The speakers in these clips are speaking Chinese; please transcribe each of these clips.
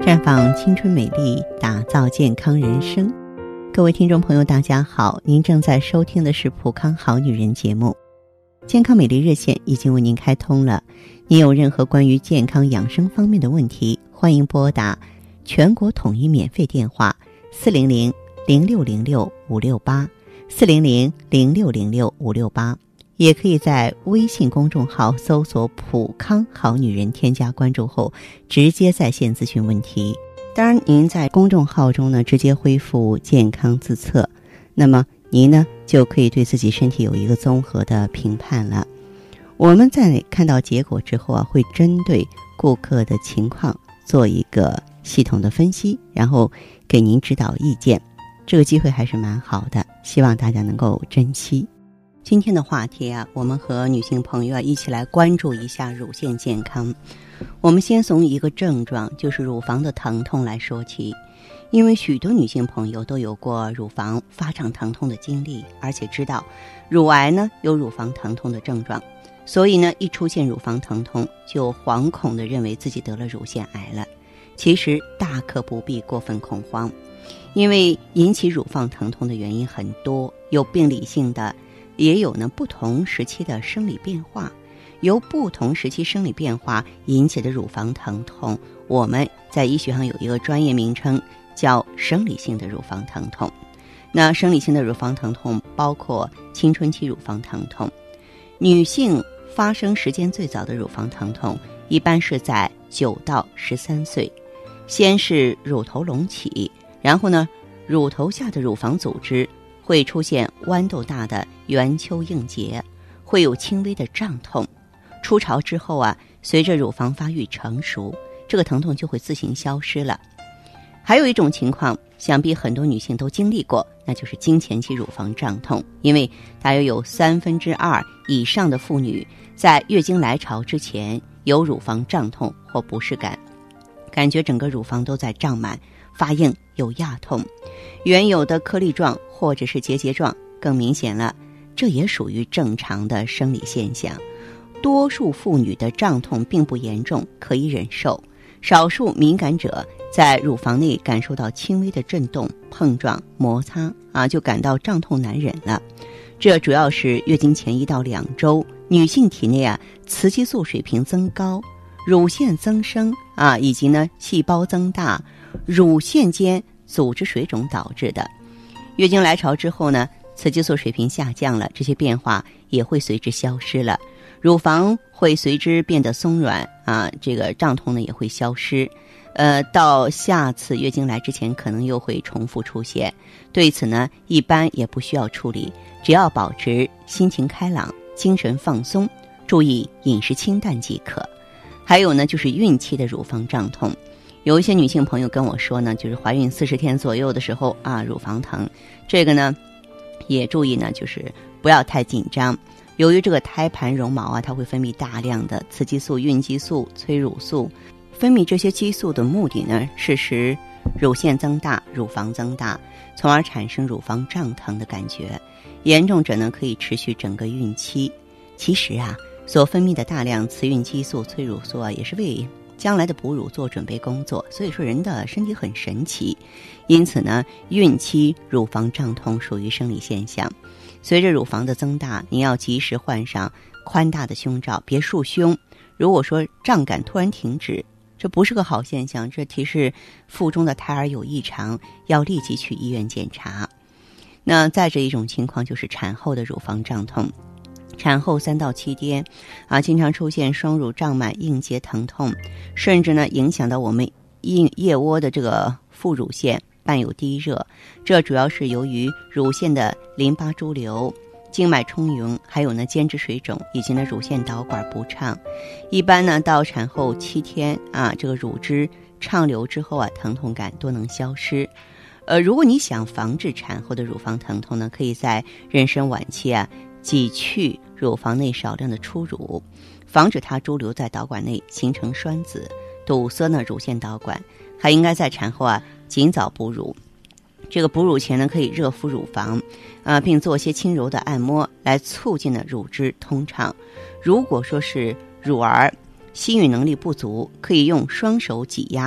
绽放青春美丽，打造健康人生。各位听众朋友大家好，您正在收听的是普康好女人节目。健康美丽热线已经为您开通了，您有任何关于健康养生方面的问题，欢迎拨打全国统一免费电话400-0606-568，400-0606-568，也可以在微信公众号搜索普康好女人，添加关注后直接在线咨询问题。当然您在公众号中呢直接恢复健康自测，那么您呢就可以对自己身体有一个综合的评判了。我们在看到结果之后会针对顾客的情况做一个系统的分析，然后给您指导意见。这个机会还是蛮好的，希望大家能够珍惜。今天的话题我们和女性朋友一起来关注一下乳腺健康。我们先从一个症状，就是乳房的疼痛来说起。因为许多女性朋友都有过乳房发胀疼痛的经历，而且知道乳癌呢有乳房疼痛的症状，所以呢一出现乳房疼痛就惶恐地认为自己得了乳腺癌了。其实大可不必过分恐慌，因为引起乳房疼痛的原因很多，有病理性的，也有呢不同时期的生理变化。由不同时期生理变化引起的乳房疼痛，我们在医学上有一个专业名称叫生理性的乳房疼痛。那生理性的乳房疼痛包括青春期乳房疼痛。女性发生时间最早的乳房疼痛一般是在9到13岁，先是乳头隆起，然后呢乳头下的乳房组织会出现豌豆大的圆丘硬结，会有轻微的胀痛。初潮之后随着乳房发育成熟，这个疼痛就会自行消失了。还有一种情况，想必很多女性都经历过，那就是经前期乳房胀痛。因为大约有2/3以上的妇女在月经来潮之前有乳房胀痛或不适感，感觉整个乳房都在胀满、发硬、有压痛，原有的颗粒状或者是结节状更明显了，这也属于正常的生理现象。多数妇女的胀痛并不严重，可以忍受，少数敏感者在乳房内感受到轻微的震动、碰撞、摩擦就感到胀痛难忍了。这主要是月经前1到2周，女性体内雌激素水平增高，乳腺增生以及呢细胞增大，乳腺间组织水肿导致的。月经来潮之后呢，雌激素水平下降了，这些变化也会随之消失了。乳房会随之变得松软这个胀痛呢也会消失。到下次月经来之前可能又会重复出现。对此呢一般也不需要处理，只要保持心情开朗、精神放松，注意饮食清淡即可。还有呢就是孕期的乳房胀痛。有一些女性朋友跟我说呢，就是怀孕40天左右的时候乳房疼，这个呢也注意呢就是不要太紧张。由于这个胎盘绒毛它会分泌大量的雌激素、孕激素、催乳素，分泌这些激素的目的呢是使乳腺增大、乳房增大，从而产生乳房胀疼的感觉。严重者呢可以持续整个孕期。其实所分泌的大量雌孕激素、催乳素也是为将来的哺乳做准备工作。所以说人的身体很神奇，因此呢孕期乳房胀痛属于生理现象。随着乳房的增大，您要及时换上宽大的胸罩，别束胸。如果说胀感突然停止，这不是个好现象，这提示腹中的胎儿有异常，要立即去医院检查。那再者一种情况就是产后的乳房胀痛。产后3到7天经常出现双乳胀满、硬结疼痛，甚至呢影响到我们腋窝的这个副乳腺，伴有低热。这主要是由于乳腺的淋巴潴留、静脉充盈，还有呢间质水肿以及呢乳腺导管不畅。一般呢到产后7天这个乳汁畅流之后疼痛感多能消失。如果你想防治产后的乳房疼痛呢，可以在妊娠晚期挤去乳房内少量的初乳，防止它驻留在导管内形成栓子，堵塞呢乳腺导管。还应该在产后尽早哺乳。这个哺乳前呢可以热敷乳房并做些轻柔的按摩，来促进呢乳汁通畅。如果说是乳儿吸吮能力不足，可以用双手挤压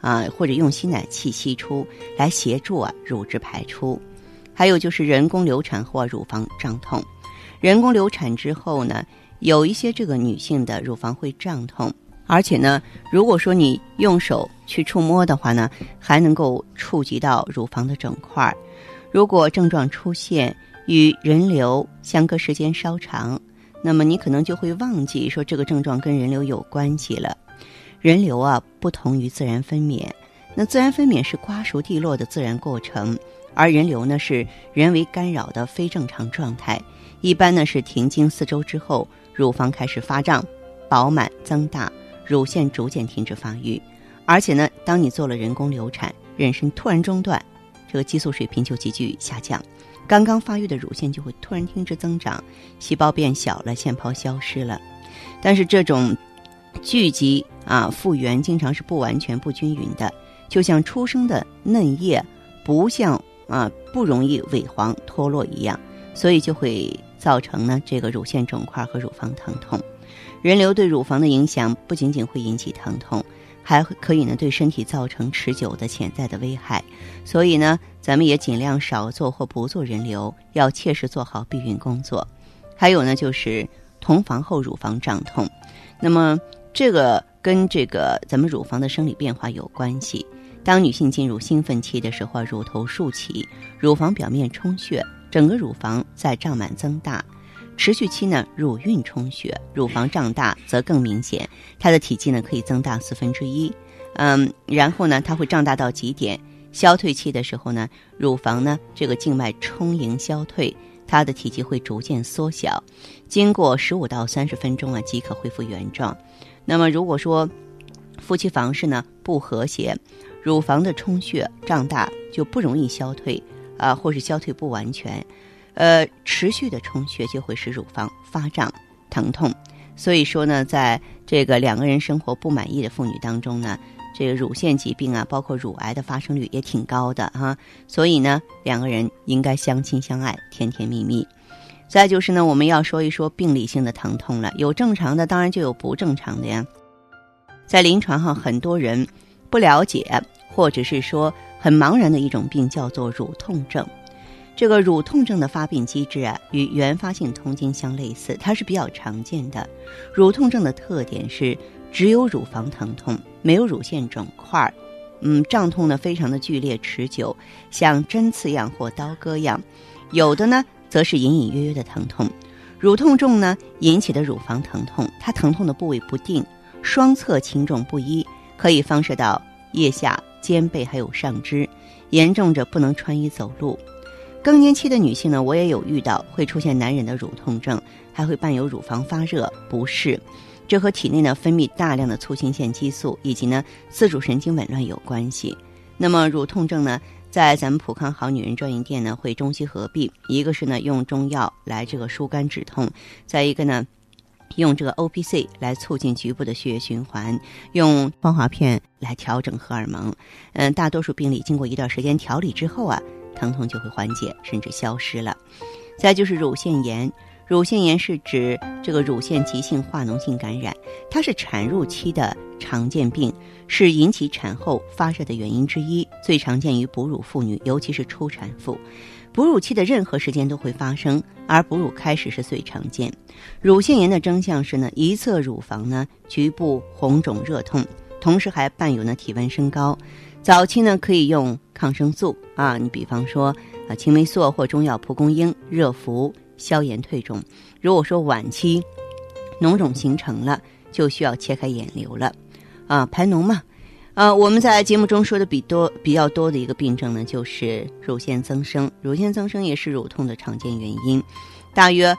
或者用吸奶器吸出，来协助乳汁排出。还有就是人工流产后乳房胀痛。人工流产之后呢，有一些这个女性的乳房会胀痛，而且呢，如果说你用手去触摸的话呢，还能够触及到乳房的整块。如果症状出现与人流相隔时间稍长，那么你可能就会忘记说这个症状跟人流有关系了。人流不同于自然分娩，那自然分娩是瓜熟蒂落的自然过程，而人流呢是人为干扰的非正常状态。一般呢是停经4周之后，乳房开始发胀、饱满、增大，乳腺逐渐停止发育。而且呢，当你做了人工流产，妊娠突然中断，这个激素水平就急剧下降，刚刚发育的乳腺就会突然停止增长，细胞变小了，腺泡消失了。但是这种聚集复原经常是不完全不均匀的，就像出生的嫩叶不容易萎黄脱落一样，所以就会造成呢这个乳腺肿块和乳房疼痛。人流对乳房的影响不仅仅会引起疼痛，还可以呢对身体造成持久的潜在的危害。所以呢，咱们也尽量少做或不做人流，要切实做好避孕工作。还有呢就是同房后乳房胀痛，那么这个跟咱们乳房的生理变化有关系。当女性进入兴奋期的时候，乳头竖起，乳房表面充血，整个乳房在胀满增大。持续期呢，乳晕充血，乳房胀大则更明显，它的体积呢可以增大1/4。然后呢，它会胀大到极点。消退期的时候呢，乳房呢这个静脉充盈消退，它的体积会逐渐缩小，经过15到30分钟即可恢复原状。那么如果说夫妻房事呢不和谐，乳房的充血胀大就不容易消退或是消退不完全，持续的充血就会使乳房发胀疼痛。所以说呢，在这个2个人生活不满意的妇女当中呢，这个乳腺疾病包括乳癌的发生率也挺高的所以呢，2个人应该相亲相爱，甜甜蜜蜜。再就是呢，我们要说一说病理性的疼痛了，有正常的，当然就有不正常的呀。在临床上，很多人不了解或者是说很茫然的一种病叫做乳痛症。这个乳痛症的发病机制与原发性痛经相类似，它是比较常见的。乳痛症的特点是只有乳房疼痛，没有乳腺肿块，胀痛呢非常的剧烈持久，像针刺样或刀割样。有的呢则是隐隐约约的疼痛。乳痛症呢引起的乳房疼痛，它疼痛的部位不定，双侧轻重不一，可以放射到腋下、肩背还有上肢，严重者不能穿衣走路。更年期的女性呢，我也有遇到，会出现男人的乳痛症，还会伴有乳房发热、不适，这和体内呢分泌大量的促性腺激素以及呢自主神经紊乱有关系。那么乳痛症呢，在咱们普康好女人专营店呢会中西合璧，一个是呢用中药来这个疏肝止痛，再一个呢用这个 OPC 来促进局部的血液循环，用芳华片来调整荷尔蒙。大多数病例经过一段时间调理之后疼痛就会缓解甚至消失了。再就是乳腺炎，乳腺炎是指这个乳腺急性化脓性感染，它是产褥期的常见病，是引起产后发热的原因之一，最常见于哺乳妇女，尤其是初产妇。哺乳期的任何时间都会发生，而哺乳开始是最常见。乳腺炎的征象是呢，一侧乳房呢局部红肿热痛，同时还伴有呢体温升高。早期呢可以用抗生素你比方说青霉素或中药蒲公英热服消炎退肿。如果说晚期脓肿形成了，就需要切开眼瘤了排脓嘛。我们在节目中说的比较多的一个病症呢，就是乳腺增生。乳腺增生也是乳痛的常见原因，大约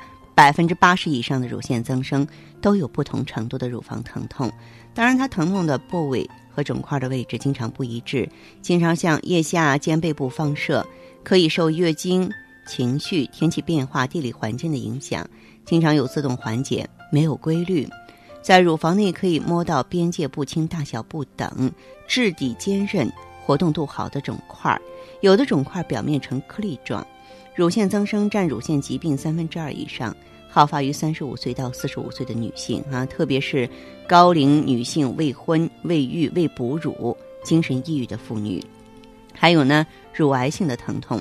80%以上的乳腺增生都有不同程度的乳房疼痛。当然，它疼痛的部位和肿块的位置经常不一致，经常向腋下、肩背部放射，可以受月经、情绪、天气变化、地理环境的影响，经常有自动缓解，没有规律。在乳房内可以摸到边界不清、大小不等、质地坚韧、活动度好的肿块，有的肿块表面呈颗粒状。乳腺增生占乳腺疾病2/3以上，好发于35岁到45岁的女性特别是高龄女性未婚、未育、未哺乳， 精神抑郁的妇女。还有呢，乳癌性的疼痛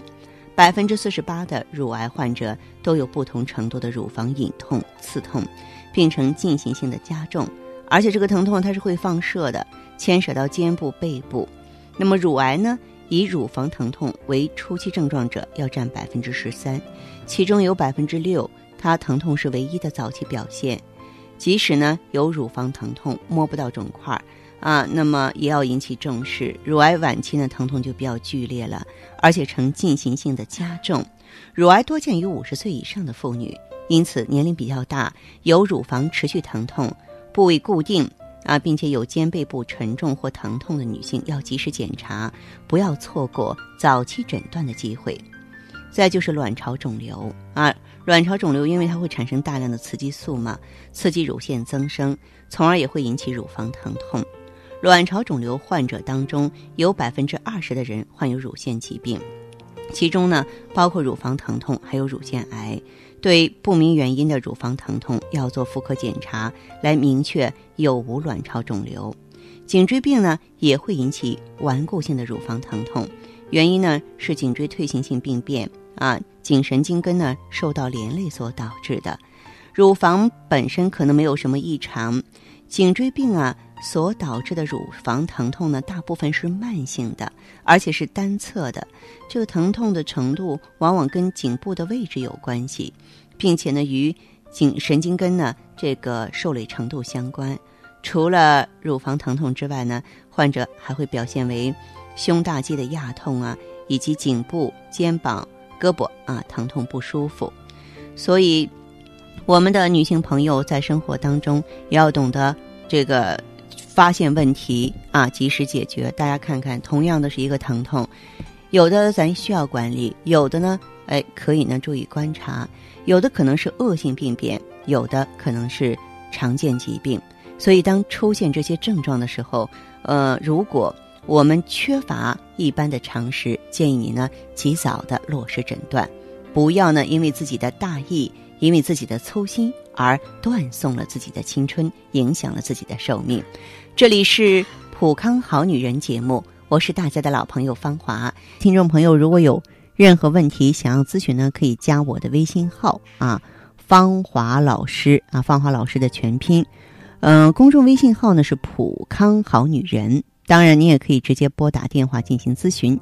，48%的乳癌患者都有不同程度的乳房隐痛、刺痛，并呈进行性的加重，而且这个疼痛它是会放射的，牵扯到肩部、背部。那么乳癌呢，以乳房疼痛为初期症状者要占13%，其中有6%它疼痛是唯一的早期表现。即使呢有乳房疼痛，摸不到肿块那么也要引起重视。乳癌晚期呢，疼痛就比较剧烈了，而且呈进行性的加重。乳癌多见于50岁以上的妇女，因此年龄比较大，有乳房持续疼痛、部位固定并且有肩背部沉重或疼痛的女性，要及时检查，不要错过早期诊断的机会。再就是卵巢肿瘤卵巢肿瘤因为它会产生大量的雌激素嘛，刺激乳腺增生，从而也会引起乳房疼痛。卵巢肿瘤患者当中有20%的人患有乳腺疾病，其中呢包括乳房疼痛还有乳腺癌。对不明原因的乳房疼痛要做妇科检查来明确有无卵巢肿瘤。颈椎病呢也会引起顽固性的乳房疼痛，原因呢是颈椎退行性病变颈神经根呢受到连累所导致的。乳房本身可能没有什么异常，颈椎病所导致的乳房疼痛呢，大部分是慢性的，而且是单侧的。这个疼痛的程度往往跟颈部的位置有关系，并且呢与颈神经根呢这个受累程度相关。除了乳房疼痛之外呢，患者还会表现为胸大肌的压痛以及颈部、肩膀、胳膊疼痛不舒服。所以我们的女性朋友在生活当中也要懂得这个发现问题及时解决。大家看看，同样的是一个疼痛，有的咱需要管理，有的呢可以呢注意观察，有的可能是恶性病变，有的可能是常见疾病。所以当出现这些症状的时候如果我们缺乏一般的常识，建议你呢及早的落实诊断，不要呢因为自己的大意，因为自己的粗心而断送了自己的青春，影响了自己的寿命。这里是普康好女人节目，我是大家的老朋友芳华。听众朋友如果有任何问题想要咨询呢，可以加我的微信号芳华老师芳华老师的全拼公众微信号呢是普康好女人。当然你也可以直接打电话进行咨询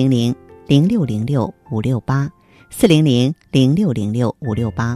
，400-0606-568 400-0606-568。